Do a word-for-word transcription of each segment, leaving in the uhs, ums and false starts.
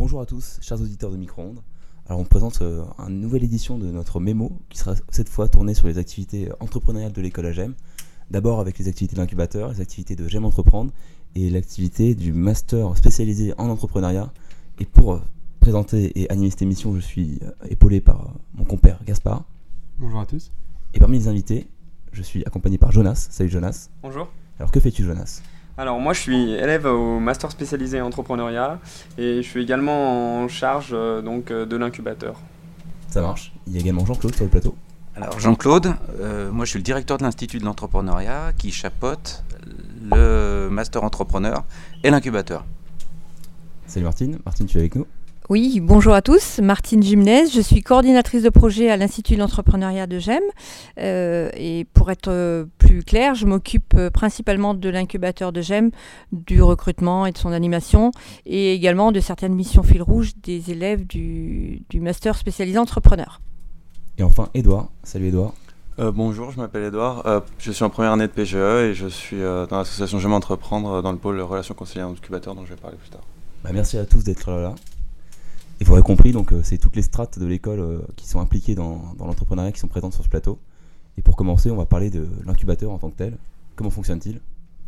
Bonjour à tous, chers auditeurs de Micro-ondes. Alors on présente euh, une nouvelle édition de notre mémo qui sera cette fois tournée sur les activités entrepreneuriales de l'école A G E M. D'abord avec les activités de l'incubateur, les activités de G E M Entreprendre et l'activité du master spécialisé en entrepreneuriat. Et pour euh, présenter et animer cette émission, je suis euh, épaulé par euh, mon compère Gaspard. Bonjour à tous. Et parmi les invités, je suis accompagné par Jonas. Salut Jonas. Bonjour. Alors que fais-tu Jonas ? Alors moi je suis élève au master spécialisé en entrepreneuriat et je suis également en charge euh, donc, euh, de l'incubateur. Ça marche. Il y a également Jean-Claude sur le plateau. Alors Jean-Claude, euh, moi je suis le directeur de l'Institut de l'entrepreneuriat qui chapeaute le master entrepreneur et l'incubateur. Salut Martine. Martine, tu es avec nous ? Oui, bonjour à tous. Martine Gimnez, je suis coordinatrice de projet à l'Institut de l'entrepreneuriat de G E M. Euh, et pour être euh, plus clair, je m'occupe euh, principalement de l'incubateur de G E M, du recrutement et de son animation, et également de certaines missions fil rouge des élèves du, du master spécialisé entrepreneur. Et enfin Edouard. Salut Edouard. Euh, bonjour, je m'appelle Edouard, euh, je suis en première année de P G E et je suis euh, dans l'association G E M Entreprendre euh, dans le pôle relations conseillères incubateur dont je vais parler plus tard. Bah, merci à tous d'être là. Et vous aurez compris, donc euh, c'est toutes les strates de l'école euh, qui sont impliquées dans, dans l'entrepreneuriat qui sont présentes sur ce plateau. Et pour commencer, on va parler de l'incubateur en tant que tel. Comment fonctionne-t-il ?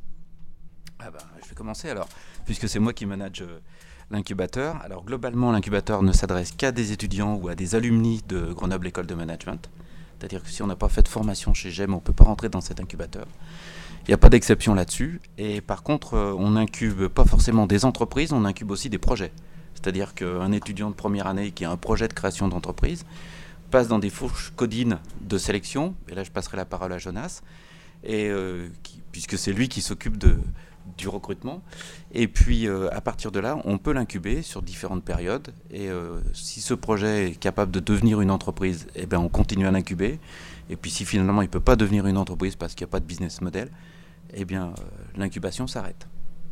Ah bah, je vais commencer alors, puisque c'est moi qui manage euh, l'incubateur. Alors globalement, l'incubateur ne s'adresse qu'à des étudiants ou à des alumni de Grenoble École de Management. C'est-à-dire que si on n'a pas fait de formation chez G E M, on ne peut pas rentrer dans cet incubateur. Il n'y a pas d'exception là-dessus. Et par contre, euh, on incube pas forcément des entreprises, on incube aussi des projets. C'est-à-dire qu'un étudiant de première année qui a un projet de création d'entreprise passe dans des fourches codines de sélection, et là je passerai la parole à Jonas, et, euh, qui, puisque c'est lui qui s'occupe de, du recrutement. Et puis euh, à partir de là, on peut l'incuber sur différentes périodes, et euh, si ce projet est capable de devenir une entreprise, eh bien, on continue à l'incuber, et puis si finalement il ne peut pas devenir une entreprise parce qu'il n'y a pas de business model, eh bien euh, l'incubation s'arrête.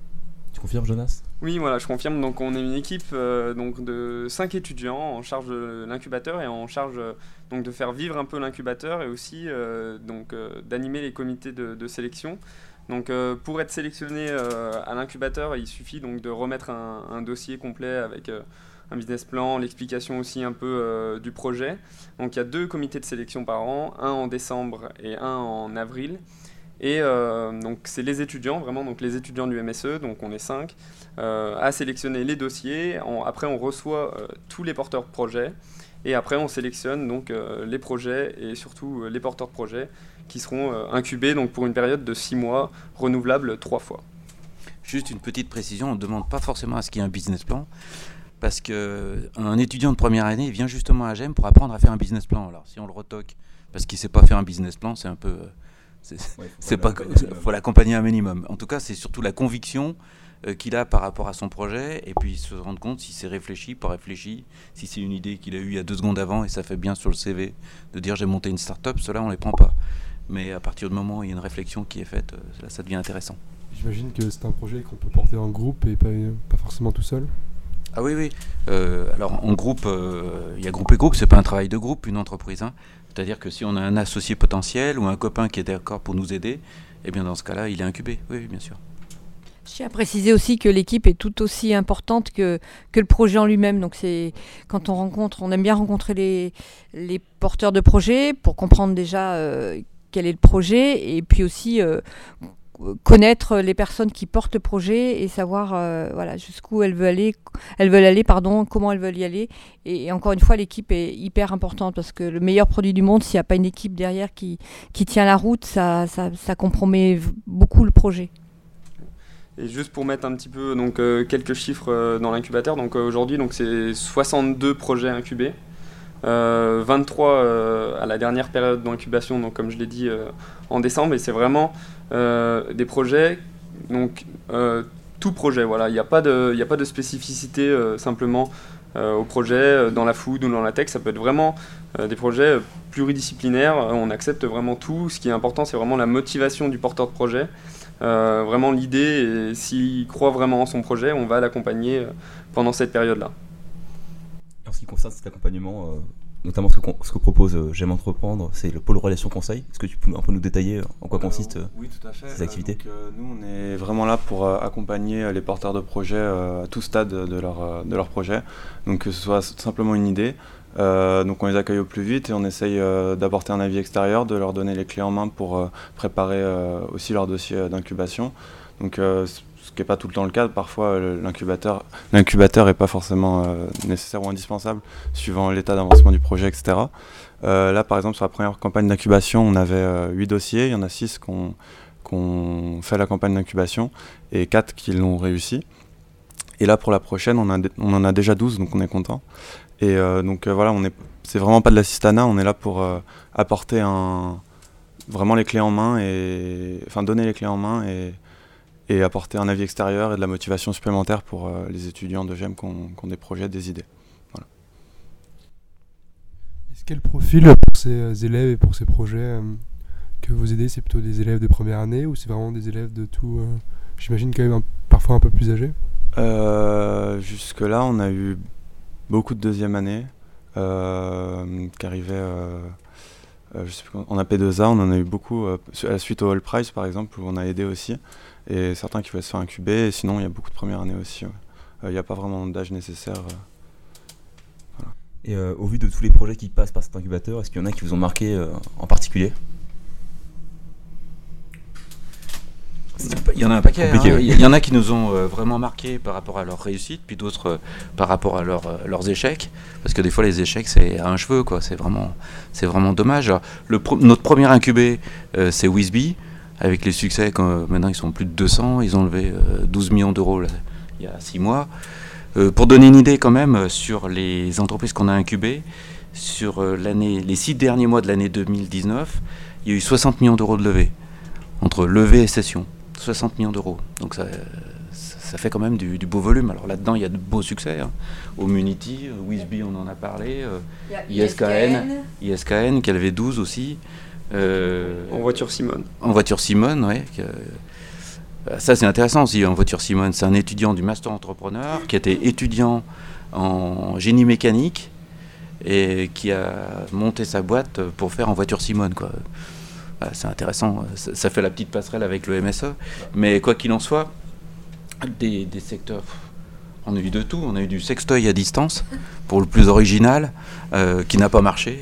Tu confirmes Jonas ? Oui, voilà, je confirme. Donc on est une équipe euh, donc de cinq étudiants en charge de l'incubateur et en charge euh, donc de faire vivre un peu l'incubateur et aussi euh, donc euh, d'animer les comités de, de sélection. Donc euh, pour être sélectionné euh, à l'incubateur, il suffit donc de remettre un, un dossier complet avec euh, un business plan, l'explication aussi un peu euh, du projet. Donc il y a deux comités de sélection par an, un en décembre et un en avril. Et euh, donc c'est les étudiants, vraiment, donc les étudiants du M S E, donc on est cinq, euh, à sélectionner les dossiers. On, après on reçoit euh, tous les porteurs de projets et après on sélectionne donc euh, les projets et surtout euh, les porteurs de projets qui seront euh, incubés donc, pour une période de six mois, renouvelable trois fois. Juste une petite précision, on ne demande pas forcément à ce qu'il y ait un business plan, parce qu'un étudiant de première année vient justement à G E M pour apprendre à faire un business plan. Alors si on le retoque parce qu'il ne sait pas faire un business plan, c'est un peu... Euh, C'est, ouais, c'est pas, faut l'accompagner un minimum. En tout cas, c'est surtout la conviction euh, qu'il a par rapport à son projet, et puis se rendre compte si c'est réfléchi, pas réfléchi, si c'est une idée qu'il a eue il y a deux secondes avant, et ça fait bien sur le C V de dire j'ai monté une start-up, cela on les prend pas. Mais à partir du moment où il y a une réflexion qui est faite, euh, là ça devient intéressant. J'imagine que c'est un projet qu'on peut porter en groupe et pas, pas forcément tout seul. Ah oui, oui. Euh, alors en groupe, il euh, y a groupe et groupe, c'est pas un travail de groupe, une entreprise, hein. C'est-à-dire que si on a un associé potentiel ou un copain qui est d'accord pour nous aider, eh bien dans ce cas-là, il est incubé. Oui, oui, bien sûr. Je tiens à préciser aussi que l'équipe est tout aussi importante que, que le projet en lui-même. Donc c'est quand on rencontre, on aime bien rencontrer les, les porteurs de projets pour comprendre déjà euh, quel est le projet et puis aussi euh, connaître les personnes qui portent le projet et savoir euh, voilà, jusqu'où elles veulent aller, elles veulent aller, pardon, comment elles veulent y aller. Et, et encore une fois, l'équipe est hyper importante parce que le meilleur produit du monde, s'il n'y a pas une équipe derrière qui, qui tient la route, ça, ça, ça compromet beaucoup le projet. Et juste pour mettre un petit peu donc, euh, quelques chiffres euh, dans l'incubateur, donc, euh, aujourd'hui donc, c'est soixante-deux projets incubés, euh, vingt-trois euh, à la dernière période d'incubation, donc, comme je l'ai dit euh, en décembre, et c'est vraiment euh, des projets, donc euh, tout projet, voilà, il n'y a pas de, il n'y a pas de spécificité euh, simplement euh, au projet euh, dans la food ou dans la tech, ça peut être vraiment euh, des projets pluridisciplinaires, on accepte vraiment tout, ce qui est important c'est vraiment la motivation du porteur de projet. Euh, vraiment l'idée, et s'il croit vraiment en son projet, on va l'accompagner pendant cette période-là. En ce qui concerne cet accompagnement, euh, notamment ce que, ce que propose euh, J'aime entreprendre, c'est le pôle relations conseil. Est-ce que tu peux un peu nous détailler en quoi consistent euh, oui, tout à fait. ces activités euh, donc, euh, Nous, on est vraiment là pour euh, accompagner les porteurs de projets euh, à tout stade de leur, euh, de leur projet. Donc que ce soit simplement une idée, euh, donc on les accueille au plus vite et on essaye euh, d'apporter un avis extérieur, de leur donner les clés en main pour euh, préparer euh, aussi leur dossier d'incubation. Donc euh, ce qui n'est pas tout le temps le cas, parfois l'incubateur l'incubateur n'est pas forcément euh, nécessaire ou indispensable suivant l'état d'avancement du projet, et cetera. Euh, là par exemple sur la première campagne d'incubation on avait euh, huit dossiers, il y en a six qui ont qu'on fait la campagne d'incubation et quatre qui l'ont réussi. Et là pour la prochaine on, a d- on en a déjà douze, donc on est content. Et euh, donc euh, voilà, on est, c'est vraiment pas de l'assistanat, on est là pour euh, apporter un, vraiment les clés en main, et, enfin donner les clés en main et, et apporter un avis extérieur et de la motivation supplémentaire pour euh, les étudiants de G E M qui ont, qui ont des projets, des idées. Voilà. Est-ce quel profil pour ces élèves et pour ces projets euh, que vous aidez? C'est plutôt des élèves de première année ou c'est vraiment des élèves de tout euh, j'imagine quand même un, parfois un peu plus âgés? euh, Jusque-là, on a eu beaucoup de deuxième année euh, qui arrivaient euh, euh, je sais plus, en A P deux A. On en a eu beaucoup euh, à la suite au All Prize par exemple, où on a aidé aussi. Et certains qui voulaient se faire incuber. Et sinon, il y a beaucoup de première année aussi. Il ouais. n'y euh, a pas vraiment d'âge nécessaire. Euh, voilà. Et euh, au vu de tous les projets qui passent par cet incubateur, est-ce qu'il y en a qui vous ont marqué euh, en particulier? Il y en a un paquet. Compliqué, hein. ouais. Il y en a qui nous ont euh, vraiment marqué par rapport à leur réussite, puis d'autres euh, par rapport à leur, euh, leurs échecs. Parce que des fois, les échecs, c'est à un cheveu, quoi. C'est vraiment, c'est vraiment dommage. Alors, le pro- notre premier incubé, euh, c'est Wizbee. Avec les succès, quand, euh, maintenant ils sont plus de deux cents, ils ont levé euh, douze millions d'euros là, il y a six mois. Euh, pour donner une idée quand même euh, sur les entreprises qu'on a incubées, sur euh, l'année, les six derniers mois de l'année deux mille dix-neuf, il y a eu soixante millions d'euros de levée, entre levée et cession, soixante millions d'euros. Donc ça, euh, ça, ça fait quand même du, du beau volume. Alors là-dedans, il y a de beaux succès. Hein. Omunity, euh, Wizbee, on en a parlé, euh, I S K N, I S K N qui a levé douze aussi. Euh, En voiture Simone. En voiture Simone, oui. Euh, ça, c'est intéressant aussi. En voiture Simone, c'est un étudiant du master entrepreneur qui était étudiant en génie mécanique et qui a monté sa boîte pour faire en voiture Simone, quoi. Voilà, c'est intéressant. Ça, ça fait la petite passerelle avec le M S E. Mais quoi qu'il en soit, des, des secteurs. On a eu de tout. On a eu du sextoy à distance pour le plus original, euh, qui n'a pas marché.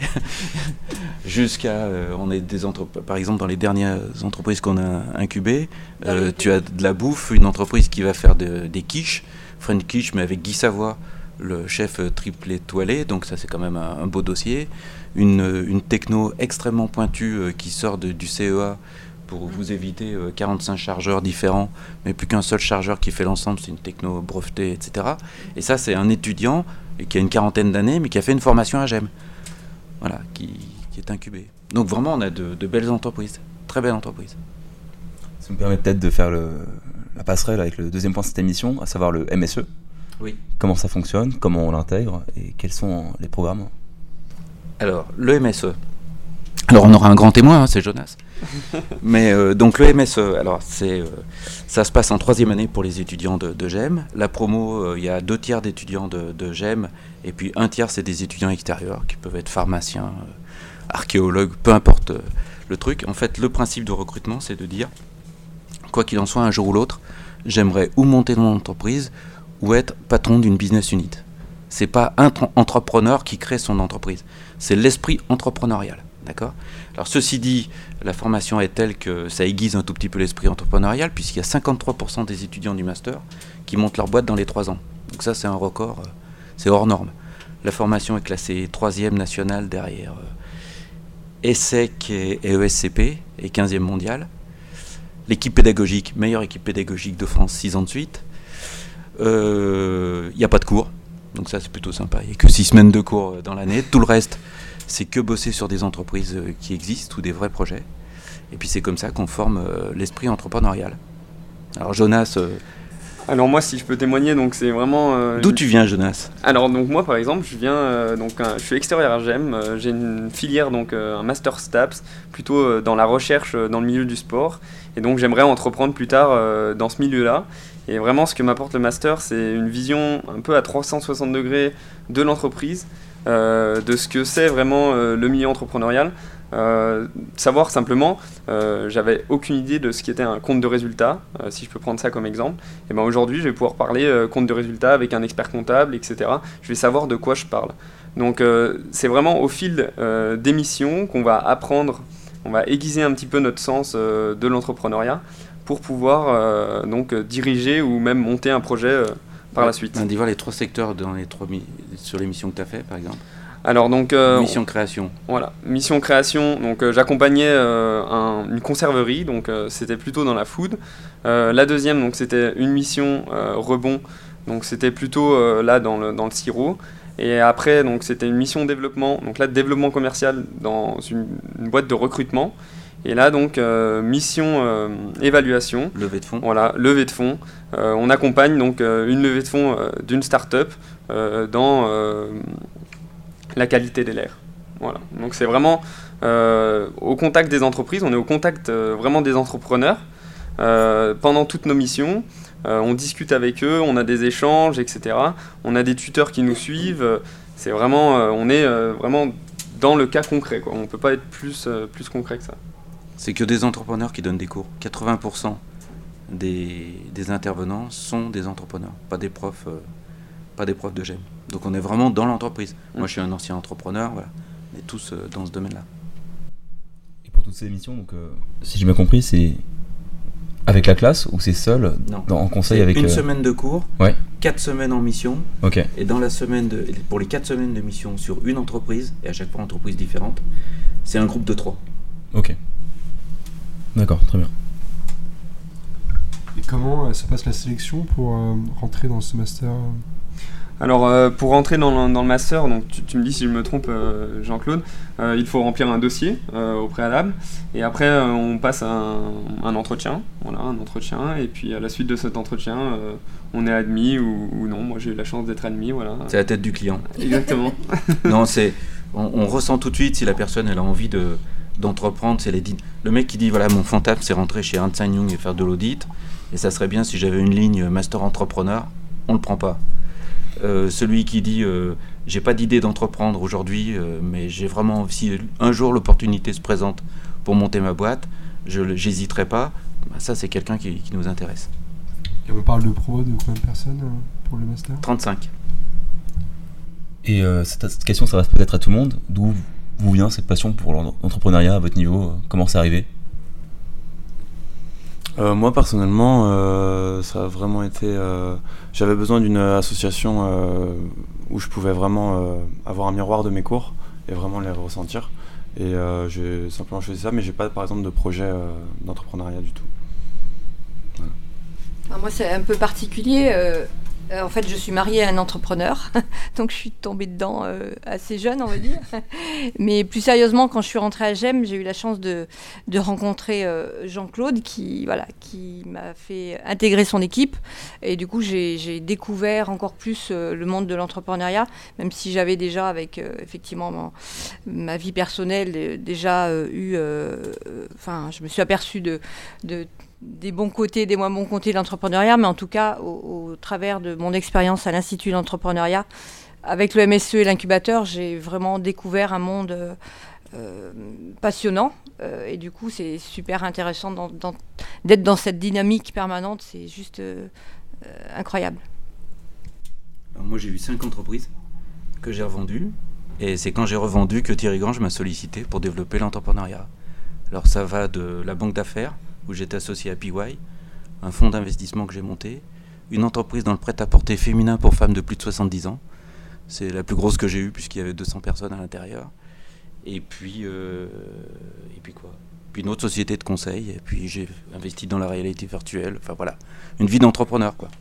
Jusqu'à, euh, on est des entreprises, par exemple dans les dernières entreprises qu'on a incubées, euh, tu as de la bouffe, une entreprise qui va faire de, des quiches, French quiche, mais avec Guy Savoie, le chef triple étoilé, donc ça c'est quand même un, un beau dossier. Une, une techno extrêmement pointue euh, qui sort de, du C E A pour vous éviter euh, quarante-cinq chargeurs différents, mais plus qu'un seul chargeur qui fait l'ensemble, c'est une techno brevetée, et cetera. Et ça c'est un étudiant qui a une quarantaine d'années, mais qui a fait une formation à G E M. Voilà, qui... qui est incubé. Donc vraiment, on a de, de belles entreprises, très belles entreprises. Ça me permet peut-être de faire le, la passerelle avec le deuxième point de cette émission, à savoir le M S E. Oui. Comment ça fonctionne, comment on l'intègre et quels sont les programmes? Alors, le M S E. Alors, on aura un grand témoin, hein, c'est Jonas. Mais euh, donc, le M S E, alors, c'est, euh, ça se passe en troisième année pour les étudiants de, de G E M. La promo, il euh, y a deux tiers d'étudiants de, de G E M et puis un tiers, c'est des étudiants extérieurs qui peuvent être pharmaciens, euh, archéologues, peu importe euh, le truc. En fait, le principe de recrutement, c'est de dire, quoi qu'il en soit, un jour ou l'autre, j'aimerais ou monter mon entreprise ou être patron d'une business unit. C'est pas un tra- entrepreneur qui crée son entreprise, c'est l'esprit entrepreneurial. D'accord ? Alors ceci dit, la formation est telle que ça aiguise un tout petit peu l'esprit entrepreneurial, puisqu'il y a cinquante-trois pour cent des étudiants du master qui montent leur boîte dans les trois ans. Donc ça, c'est un record, euh, c'est hors norme. La formation est classée troisième nationale derrière euh, ESSEC et, et E S C P, et quinzième mondiale. L'équipe pédagogique, meilleure équipe pédagogique de France, six ans de suite. Il euh, n'y a pas de cours, donc ça c'est plutôt sympa. Il n'y a que six semaines de cours dans l'année. Tout le reste, c'est que bosser sur des entreprises qui existent ou des vrais projets. Et puis c'est comme ça qu'on forme euh, l'esprit entrepreneurial. Alors Jonas... Euh, Alors moi, si je peux témoigner, donc c'est vraiment... Euh, D'où tu viens, Jonas ? Alors donc moi, par exemple, je viens euh, donc un, je suis extérieur à G E M. Euh, j'ai une filière donc euh, un master STAPS, plutôt euh, dans la recherche euh, dans le milieu du sport. Et donc j'aimerais entreprendre plus tard euh, dans ce milieu-là. Et vraiment, ce que m'apporte le master, c'est une vision un peu à trois cent soixante degrés de l'entreprise. euh, de ce que c'est vraiment euh, le milieu entrepreneurial. Euh, savoir simplement, euh, j'avais aucune idée de ce qui était un compte de résultat, euh, si je peux prendre ça comme exemple. Et ben aujourd'hui, je vais pouvoir parler euh, compte de résultat avec un expert comptable, et cetera. Je vais savoir de quoi je parle. Donc euh, c'est vraiment au fil euh, des missions qu'on va apprendre, on va aiguiser un petit peu notre sens euh, de l'entrepreneuriat pour pouvoir euh, donc diriger ou même monter un projet euh, par ouais, la suite. On dit voir les trois secteurs dans les trois mi- sur les missions que tu as fait, par exemple. Alors donc euh, mission création. Voilà, mission création. Donc euh, j'accompagnais euh, un, une conserverie, donc euh, c'était plutôt dans la food. Euh, la deuxième, donc c'était une mission euh, rebond, donc c'était plutôt euh, là dans le dans le sirop. Et après, donc c'était une mission développement, donc là développement commercial dans une, une boîte de recrutement. Et là donc euh, mission euh, évaluation. Levée de fonds. Voilà, levée de fonds. Euh, on accompagne donc euh, une levée de fonds euh, d'une start-up euh, dans euh, la qualité de l'air. Voilà. Donc c'est vraiment euh, au contact des entreprises, on est au contact euh, vraiment des entrepreneurs euh, pendant toutes nos missions. Euh, on discute avec eux, on a des échanges, et cetera. On a des tuteurs qui nous suivent. C'est vraiment, euh, on est euh, vraiment dans le cas concret, quoi. On ne peut pas être plus, euh, plus concret que ça. C'est que des entrepreneurs qui donnent des cours. quatre-vingts pour cent des, des intervenants sont des entrepreneurs, pas des profs, euh, pas des profs de G E M. Donc on est vraiment dans l'entreprise. Mmh. Moi je suis un ancien entrepreneur, voilà. On est tous euh, dans ce domaine-là. Et pour toutes ces missions, donc, euh, si j'ai bien compris, c'est avec la classe ou c'est seul non. dans, en conseil c'est avec une euh... semaine de cours, ouais. quatre semaines en mission. Okay. Et dans la semaine de, pour les quatre semaines de mission sur une entreprise, et à chaque fois entreprise différente, c'est un groupe de trois. Ok. D'accord, très bien. Et comment euh, se passe la sélection pour euh, rentrer dans ce master ? Alors euh, pour rentrer dans le, dans le master, donc tu, tu me dis si je me trompe euh, Jean-Claude, euh, il faut remplir un dossier euh, au préalable et après euh, on passe un, un entretien, voilà, un entretien et puis à la suite de cet entretien euh, on est admis ou, ou non. Moi j'ai eu la chance d'être admis, voilà. C'est la tête du client. Exactement. Non, c'est on, on ressent tout de suite si la personne elle a envie de d'entreprendre. C'est les din- le mec qui dit voilà mon fantasme c'est rentrer chez Ernst and Young et faire de l'audit et ça serait bien si j'avais une ligne master entrepreneur, on le prend pas. Euh, celui qui dit euh, j'ai pas d'idée d'entreprendre aujourd'hui euh, mais j'ai vraiment si un jour l'opportunité se présente pour monter ma boîte je j'hésiterai pas, bah, ça c'est quelqu'un qui, qui nous intéresse. Et on parle de promo de combien de personnes euh, pour le master ? trente-cinq. Et euh, cette, cette question s'adresse peut-être à tout le monde. D'où vous vient cette passion pour l'entrepreneuriat à votre niveau ? Comment c'est arrivé ? Euh, moi personnellement, euh, ça a vraiment été. Euh, j'avais besoin d'une association euh, où je pouvais vraiment euh, avoir un miroir de mes cours et vraiment les ressentir. Et euh, j'ai simplement choisi ça, mais j'ai pas par exemple de projet euh, d'entrepreneuriat du tout. Voilà. Alors moi c'est un peu particulier. Euh... En fait, je suis mariée à un entrepreneur, donc je suis tombée dedans euh, assez jeune, on va dire. Mais plus sérieusement, quand je suis rentrée à G E M, j'ai eu la chance de, de rencontrer euh, Jean-Claude, qui, voilà, qui m'a fait intégrer son équipe. Et du coup, j'ai, j'ai découvert encore plus euh, le monde de l'entrepreneuriat, même si j'avais déjà, avec euh, effectivement mon, ma vie personnelle, euh, déjà euh, eu... Enfin, euh, je me suis aperçue de... de des bons côtés, des moins bons côtés de l'entrepreneuriat, mais en tout cas, au, au travers de mon expérience à l'Institut d'entrepreneuriat, avec le M S E et l'incubateur, j'ai vraiment découvert un monde euh, euh, passionnant. Euh, et du coup, c'est super intéressant dans, dans, d'être dans cette dynamique permanente. C'est juste euh, euh, incroyable. Alors moi, j'ai eu cinq entreprises que j'ai revendues. Et c'est quand j'ai revendu que Thierry Grange m'a sollicité pour développer l'entrepreneuriat. Alors ça va de la banque d'affaires, où j'étais associé à P Y, un fonds d'investissement que j'ai monté, une entreprise dans le prêt-à-porter féminin pour femmes de plus de soixante-dix ans. C'est la plus grosse que j'ai eue puisqu'il y avait deux cents personnes à l'intérieur. Et puis, euh, et puis quoi Puis une autre société de conseil, et puis j'ai investi dans la réalité virtuelle. Enfin voilà, une vie d'entrepreneur quoi.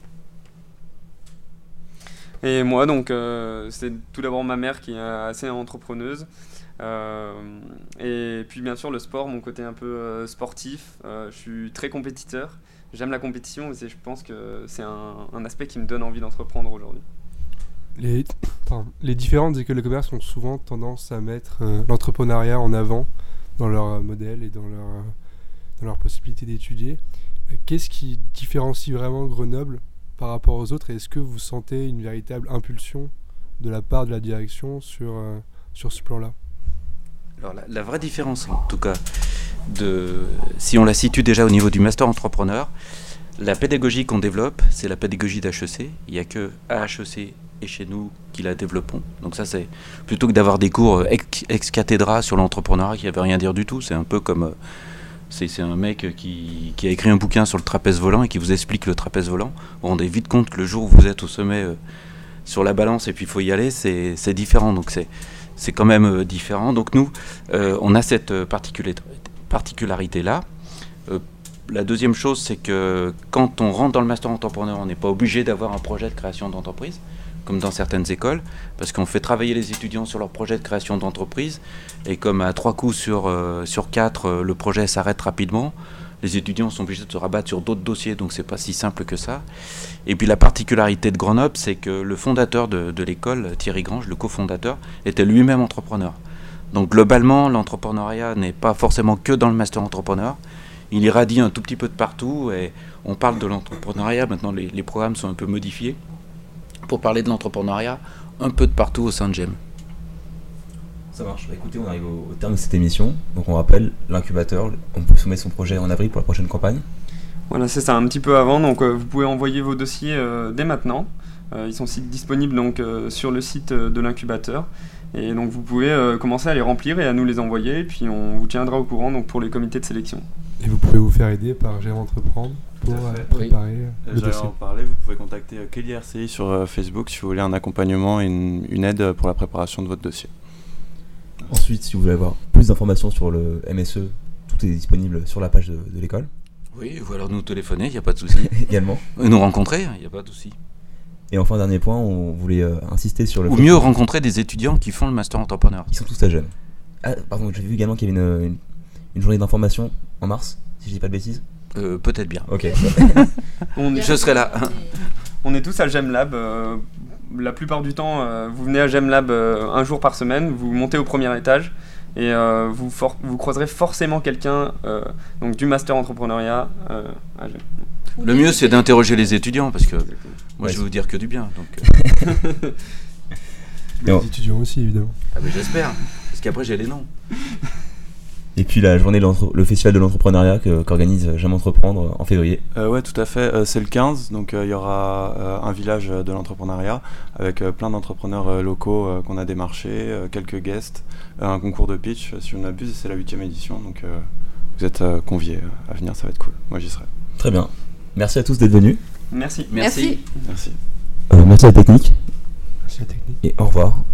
Et moi donc, euh, c'est tout d'abord ma mère qui est assez entrepreneuse. Euh, et puis bien sûr le sport, mon côté un peu euh, sportif, euh, je suis très compétiteur, j'aime la compétition et c'est, je pense que c'est un, un aspect qui me donne envie d'entreprendre aujourd'hui. Les, pardon, les différentes écoles de commerce ont souvent tendance à mettre euh, l'entrepreneuriat en avant dans leur euh, modèle et dans leur, euh, dans leur possibilité d'étudier. Euh, qu'est-ce qui différencie vraiment Grenoble par rapport aux autres et est-ce que vous sentez une véritable impulsion de la part de la direction sur, euh, sur ce plan-là? Alors la, la vraie différence, en tout cas, de, si on la situe déjà au niveau du master entrepreneur, la pédagogie qu'on développe, c'est la pédagogie d'H E C. Il n'y a que à H E C et chez nous qui la développons. Donc ça, c'est plutôt que d'avoir des cours ex, ex cathedra sur l'entrepreneuriat qui ne veut rien dire du tout. C'est un peu comme... Euh, c'est, c'est un mec qui, qui a écrit un bouquin sur le trapèze volant et qui vous explique le trapèze volant. Vous vous rendez vite compte que le jour où vous êtes au sommet euh, sur la balance et puis il faut y aller, c'est, c'est différent. Donc c'est, c'est quand même euh, différent. Donc nous, euh, on a cette particularité-là. Euh, La deuxième chose, c'est que quand on rentre dans le master entrepreneur, on n'est pas obligé d'avoir un projet de création d'entreprise, comme dans certaines écoles, parce qu'on fait travailler les étudiants sur leur projet de création d'entreprise, et comme à trois coups sur, euh, sur quatre, euh, le projet s'arrête rapidement, les étudiants sont obligés de se rabattre sur d'autres dossiers, donc c'est pas si simple que ça. Et puis la particularité de Grenoble, c'est que le fondateur de, de l'école, Thierry Grange, le cofondateur, était lui-même entrepreneur. Donc globalement, l'entrepreneuriat n'est pas forcément que dans le master entrepreneur. Il irradie un tout petit peu de partout et on parle de l'entrepreneuriat. Maintenant, les, les programmes sont un peu modifiés pour parler de l'entrepreneuriat un peu de partout au sein de G E M. Ça marche. Bah, écoutez, on arrive au, au terme de cette émission. Donc on rappelle, l'incubateur, on peut soumettre son projet en avril pour la prochaine campagne. Voilà, c'est ça, un petit peu avant. Donc euh, vous pouvez envoyer vos dossiers euh, dès maintenant. Euh, ils sont disponibles donc, euh, sur le site euh, de l'incubateur. Et donc vous pouvez euh, commencer à les remplir et à nous les envoyer. Et puis on vous tiendra au courant donc, pour les comités de sélection. Et vous pouvez vous faire aider par G E M Entreprendre pour euh, préparer oui. le J'allais dossier. en parler, vous pouvez contacter Kelly R C I sur euh, Facebook si vous voulez un accompagnement et une, une aide pour la préparation de votre dossier. Ensuite, si vous voulez avoir plus d'informations sur le M S E, tout est disponible sur la page de, de l'école. Oui, ou alors nous téléphoner, il n'y a pas de souci. Également. Nous rencontrer, il n'y a pas de souci. Et enfin, dernier point, on voulait euh, insister sur le... Ou mieux, rencontrer des étudiants qui font le master entrepreneur. Ils sont tous à G E M. Ah, pardon, j'ai vu également qu'il y avait une, une, une journée d'information en mars, si je dis pas de bêtises. Euh, peut-être bien. Ok. On est, Je serai là. on est tous à G E M Lab. Euh, la plupart du temps, euh, vous venez à G E M Lab euh, un jour par semaine, vous montez au premier étage et euh, vous, for- vous croiserez forcément quelqu'un euh, donc du master entrepreneuriat euh, à G E M. Le mieux, c'est d'interroger les étudiants, parce que Exactement. moi, Ouais, je vais vous dire que du bien. Donc, euh, Les Non. étudiants aussi, évidemment. ah, mais j'espère, parce qu'après, j'ai les noms. Et puis la journée de l'entre- le festival de l'entrepreneuriat que, qu'organise G E M Entreprendre en février. Euh, ouais, tout à fait. Euh, c'est le quinze, donc euh, il y aura euh, un village de l'entrepreneuriat avec euh, plein d'entrepreneurs euh, locaux euh, qu'on a démarchés, euh, quelques guests, euh, un concours de pitch, euh, si on ne m'abuse, c'est la huitième édition, donc euh, vous êtes euh, conviés euh, à venir, ça va être cool. Moi, j'y serai. Très bien. Merci à tous d'être venus. Merci. Merci. Merci. Merci. Euh, merci à la technique Merci la technique. et au revoir.